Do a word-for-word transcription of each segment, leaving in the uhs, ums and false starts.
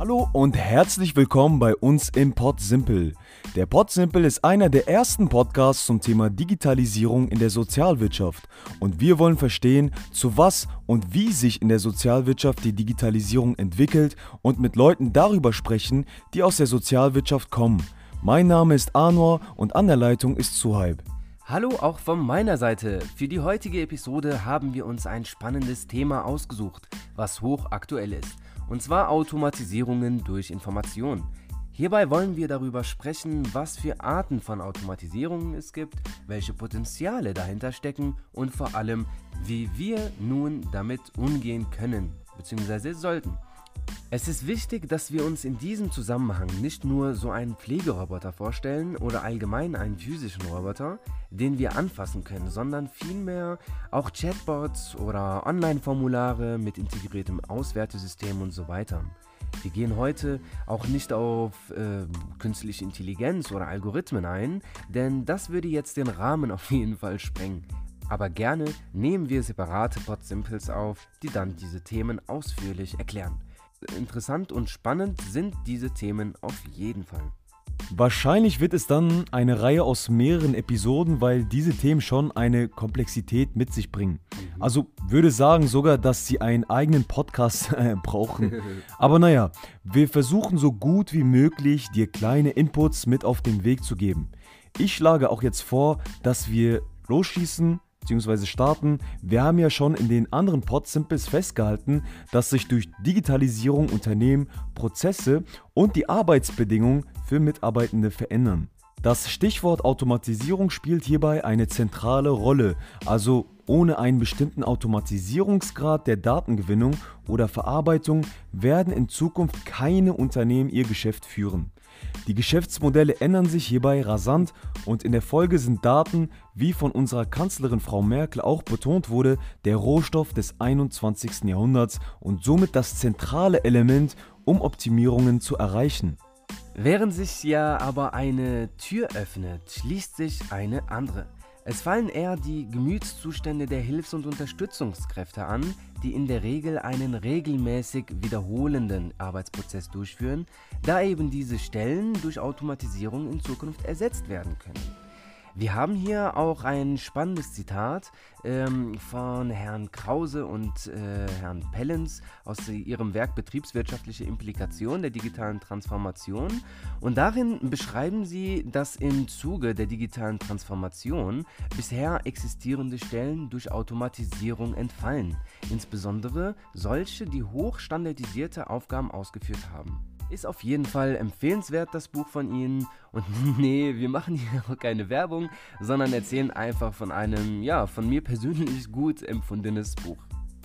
Hallo und herzlich willkommen bei uns im Podsimple. Der Podsimple ist einer der ersten Podcasts zum Thema Digitalisierung in der Sozialwirtschaft und wir wollen verstehen, zu was und wie sich in der Sozialwirtschaft die Digitalisierung entwickelt und mit Leuten darüber sprechen, die aus der Sozialwirtschaft kommen. Mein Name ist Anwar und an der Leitung ist Suhaib. Hallo auch von meiner Seite. Für die heutige Episode haben wir uns ein spannendes Thema ausgesucht, was hochaktuell ist. Und zwar Automatisierungen durch Information. Hierbei wollen wir darüber sprechen, was für Arten von Automatisierungen es gibt, welche Potenziale dahinter stecken und vor allem, wie wir nun damit umgehen können bzw. sollten. Es ist wichtig, dass wir uns in diesem Zusammenhang nicht nur so einen Pflegeroboter vorstellen oder allgemein einen physischen Roboter, den wir anfassen können, sondern vielmehr auch Chatbots oder Online-Formulare mit integriertem Auswertesystem und so weiter. Wir gehen heute auch nicht auf äh, künstliche Intelligenz oder Algorithmen ein, denn das würde jetzt den Rahmen auf jeden Fall sprengen. Aber gerne nehmen wir separate Podsimples auf, die dann diese Themen ausführlich erklären. Interessant und spannend sind diese Themen auf jeden Fall. Wahrscheinlich wird es dann eine Reihe aus mehreren Episoden, weil diese Themen schon eine Komplexität mit sich bringen. Mhm. Also würde sagen sogar, dass sie einen eigenen Podcast äh, brauchen. Aber naja, wir versuchen so gut wie möglich, dir kleine Inputs mit auf den Weg zu geben. Ich schlage auch jetzt vor, dass wir losschießen bzw. starten. Wir haben ja schon in den anderen Podsimples festgehalten, dass sich durch Digitalisierung Unternehmen, Prozesse und die Arbeitsbedingungen für Mitarbeitende verändern. Das Stichwort Automatisierung spielt hierbei eine zentrale Rolle, also ohne einen bestimmten Automatisierungsgrad der Datengewinnung oder Verarbeitung werden in Zukunft keine Unternehmen ihr Geschäft führen. Die Geschäftsmodelle ändern sich hierbei rasant und in der Folge sind Daten, wie von unserer Kanzlerin Frau Merkel auch betont wurde, der Rohstoff des einundzwanzigsten Jahrhunderts und somit das zentrale Element, um Optimierungen zu erreichen. Während sich ja aber eine Tür öffnet, schließt sich eine andere. Es fallen eher die Gemütszustände der Hilfs- und Unterstützungskräfte an, die in der Regel einen regelmäßig wiederholenden Arbeitsprozess durchführen, da eben diese Stellen durch Automatisierung in Zukunft ersetzt werden können. Wir haben hier auch ein spannendes Zitat ähm, von Herrn Krause und äh, Herrn Pellens aus ihrem Werk Betriebswirtschaftliche Implikation der digitalen Transformation. Und darin beschreiben sie, dass im Zuge der digitalen Transformation bisher existierende Stellen durch Automatisierung entfallen. Insbesondere solche, die hochstandardisierte Aufgaben ausgeführt haben. Ist auf jeden Fall empfehlenswert, das Buch von Ihnen. Und nee, wir machen hier auch keine Werbung, sondern erzählen einfach von einem, ja, von mir persönlich gut empfundenes Buch.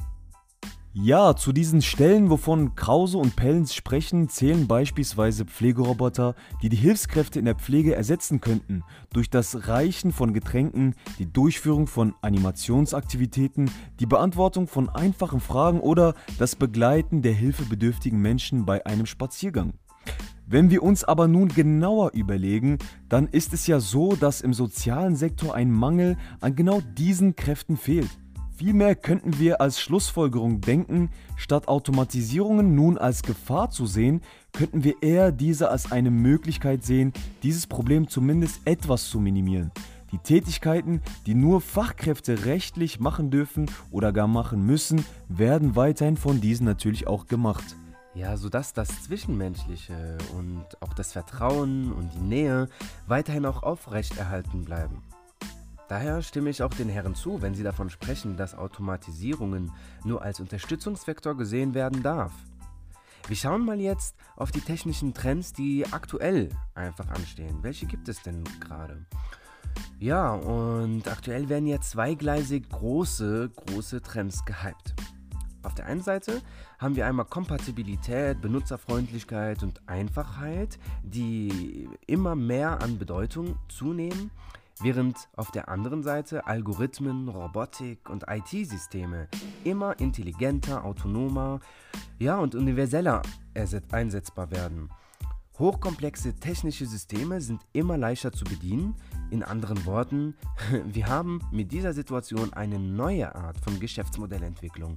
Ja, zu diesen Stellen, wovon Krause und Pellens sprechen, zählen beispielsweise Pflegeroboter, die die Hilfskräfte in der Pflege ersetzen könnten, durch das Reichen von Getränken, die Durchführung von Animationsaktivitäten, die Beantwortung von einfachen Fragen oder das Begleiten der hilfebedürftigen Menschen bei einem Spaziergang. Wenn wir uns aber nun genauer überlegen, dann ist es ja so, dass im sozialen Sektor ein Mangel an genau diesen Kräften fehlt. Vielmehr könnten wir als Schlussfolgerung denken, statt Automatisierungen nun als Gefahr zu sehen, könnten wir eher diese als eine Möglichkeit sehen, dieses Problem zumindest etwas zu minimieren. Die Tätigkeiten, die nur Fachkräfte rechtlich machen dürfen oder gar machen müssen, werden weiterhin von diesen natürlich auch gemacht. Ja, sodass das Zwischenmenschliche und auch das Vertrauen und die Nähe weiterhin auch aufrechterhalten bleiben. Daher stimme ich auch den Herren zu, wenn sie davon sprechen, dass Automatisierungen nur als Unterstützungsvektor gesehen werden darf. Wir schauen mal jetzt auf die technischen Trends, die aktuell einfach anstehen. Welche gibt es denn gerade? Ja, und aktuell werden ja zweigleisig große, große Trends gehypt. Auf der einen Seite haben wir einmal Kompatibilität, Benutzerfreundlichkeit und Einfachheit, die immer mehr an Bedeutung zunehmen. Während auf der anderen Seite Algorithmen, Robotik und I T-Systeme immer intelligenter, autonomer, ja und universeller einsetzbar werden. Hochkomplexe technische Systeme sind immer leichter zu bedienen. In anderen Worten, wir haben mit dieser Situation eine neue Art von Geschäftsmodellentwicklung.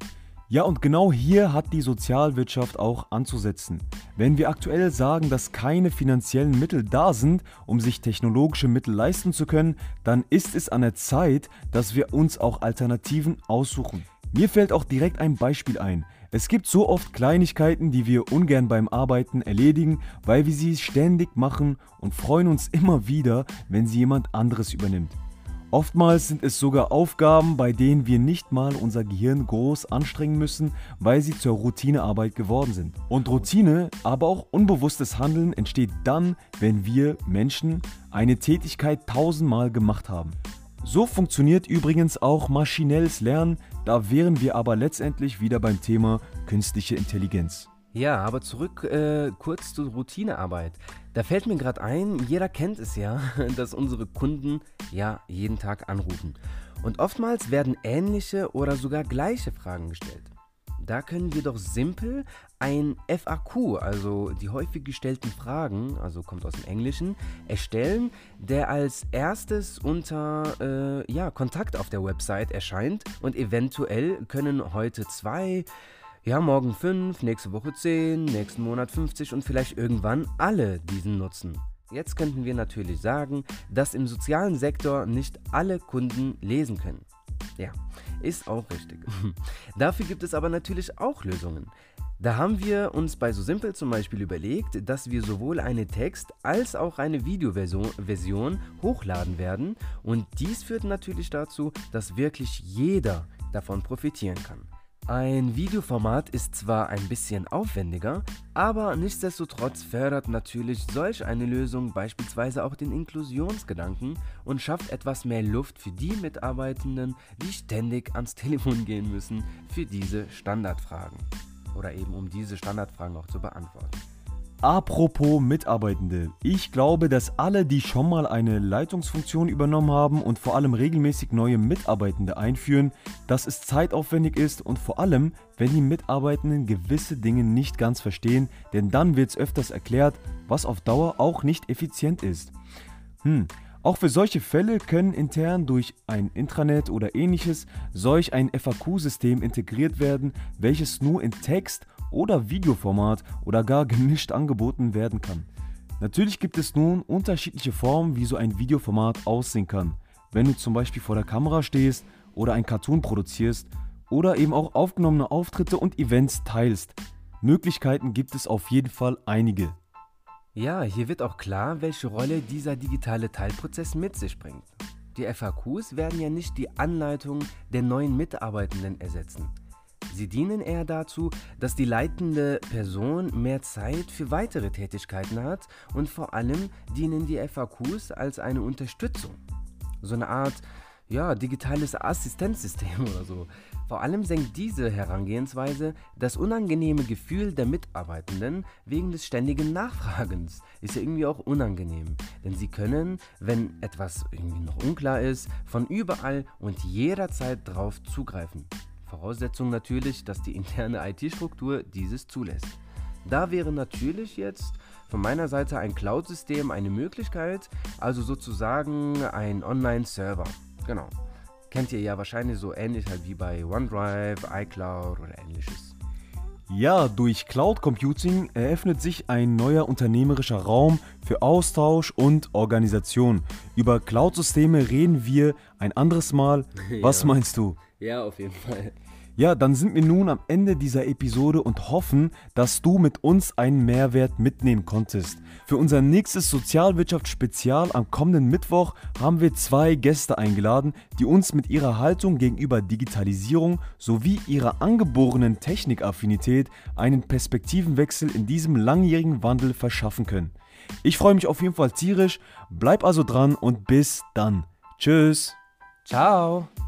Ja, und genau hier hat die Sozialwirtschaft auch anzusetzen. Wenn wir aktuell sagen, dass keine finanziellen Mittel da sind, um sich technologische Mittel leisten zu können, dann ist es an der Zeit, dass wir uns auch Alternativen aussuchen. Mir fällt auch direkt ein Beispiel ein. Es gibt so oft Kleinigkeiten, die wir ungern beim Arbeiten erledigen, weil wir sie ständig machen und freuen uns immer wieder, wenn sie jemand anderes übernimmt. Oftmals sind es sogar Aufgaben, bei denen wir nicht mal unser Gehirn groß anstrengen müssen, weil sie zur Routinearbeit geworden sind. Und Routine, aber auch unbewusstes Handeln entsteht dann, wenn wir Menschen eine Tätigkeit tausendmal gemacht haben. So funktioniert übrigens auch maschinelles Lernen, da wären wir aber letztendlich wieder beim Thema künstliche Intelligenz. Ja, aber zurück äh, kurz zur Routinearbeit. Da fällt mir gerade ein, jeder kennt es ja, dass unsere Kunden ja jeden Tag anrufen. Und oftmals werden ähnliche oder sogar gleiche Fragen gestellt. Da können wir doch simpel ein F A Q, also die häufig gestellten Fragen, also kommt aus dem Englischen, erstellen, der als erstes unter äh, ja, Kontakt auf der Website erscheint und eventuell können heute zwei, ja morgen fünf, nächste Woche zehn, nächsten Monat fünfzig und vielleicht irgendwann alle diesen nutzen. Jetzt könnten wir natürlich sagen, dass im sozialen Sektor nicht alle Kunden lesen können. Ja, ist auch richtig. Dafür gibt es aber natürlich auch Lösungen. Da haben wir uns bei SoSimpel zum Beispiel überlegt, dass wir sowohl eine Text- als auch eine Videoversion Version hochladen werden und dies führt natürlich dazu, dass wirklich jeder davon profitieren kann. Ein Videoformat ist zwar ein bisschen aufwendiger, aber nichtsdestotrotz fördert natürlich solch eine Lösung beispielsweise auch den Inklusionsgedanken und schafft etwas mehr Luft für die Mitarbeitenden, die ständig ans Telefon gehen müssen für diese Standardfragen oder eben um diese Standardfragen auch zu beantworten. Apropos Mitarbeitende, ich glaube, dass alle, die schon mal eine Leitungsfunktion übernommen haben und vor allem regelmäßig neue Mitarbeitende einführen, dass es zeitaufwendig ist und vor allem, wenn die Mitarbeitenden gewisse Dinge nicht ganz verstehen, denn dann wird es öfters erklärt, was auf Dauer auch nicht effizient ist. Hm. Auch für solche Fälle können intern durch ein Intranet oder ähnliches solch ein F A Q-System integriert werden, welches nur in Text- oder Videoformat oder gar gemischt angeboten werden kann. Natürlich gibt es nun unterschiedliche Formen, wie so ein Videoformat aussehen kann. Wenn du zum Beispiel vor der Kamera stehst oder ein Cartoon produzierst oder eben auch aufgenommene Auftritte und Events teilst. Möglichkeiten gibt es auf jeden Fall einige. Ja, hier wird auch klar, welche Rolle dieser digitale Teilprozess mit sich bringt. Die F A Qs werden ja nicht die Anleitung der neuen Mitarbeitenden ersetzen. Sie dienen eher dazu, dass die leitende Person mehr Zeit für weitere Tätigkeiten hat und vor allem dienen die F A Qs als eine Unterstützung. So eine Art, ja, digitales Assistenzsystem oder so. Vor allem senkt diese Herangehensweise das unangenehme Gefühl der Mitarbeitenden wegen des ständigen Nachfragens. Ist ja irgendwie auch unangenehm, denn sie können, wenn etwas irgendwie noch unklar ist, von überall und jederzeit drauf zugreifen. Voraussetzung natürlich, dass die interne I T-Struktur dieses zulässt. Da wäre natürlich jetzt von meiner Seite ein Cloud-System eine Möglichkeit, also sozusagen ein Online-Server. Genau. Kennt ihr ja wahrscheinlich so ähnlich halt wie bei OneDrive, iCloud oder ähnliches. Ja, durch Cloud Computing eröffnet sich ein neuer unternehmerischer Raum für Austausch und Organisation. Über Cloud-Systeme reden wir ein anderes Mal. Was Ja. meinst du? Ja, auf jeden Fall. Ja, dann sind wir nun am Ende dieser Episode und hoffen, dass du mit uns einen Mehrwert mitnehmen konntest. Für unser nächstes Sozialwirtschaftsspezial am kommenden Mittwoch haben wir zwei Gäste eingeladen, die uns mit ihrer Haltung gegenüber Digitalisierung sowie ihrer angeborenen Technikaffinität einen Perspektivenwechsel in diesem langjährigen Wandel verschaffen können. Ich freue mich auf jeden Fall tierisch, bleib also dran und bis dann. Tschüss. Ciao.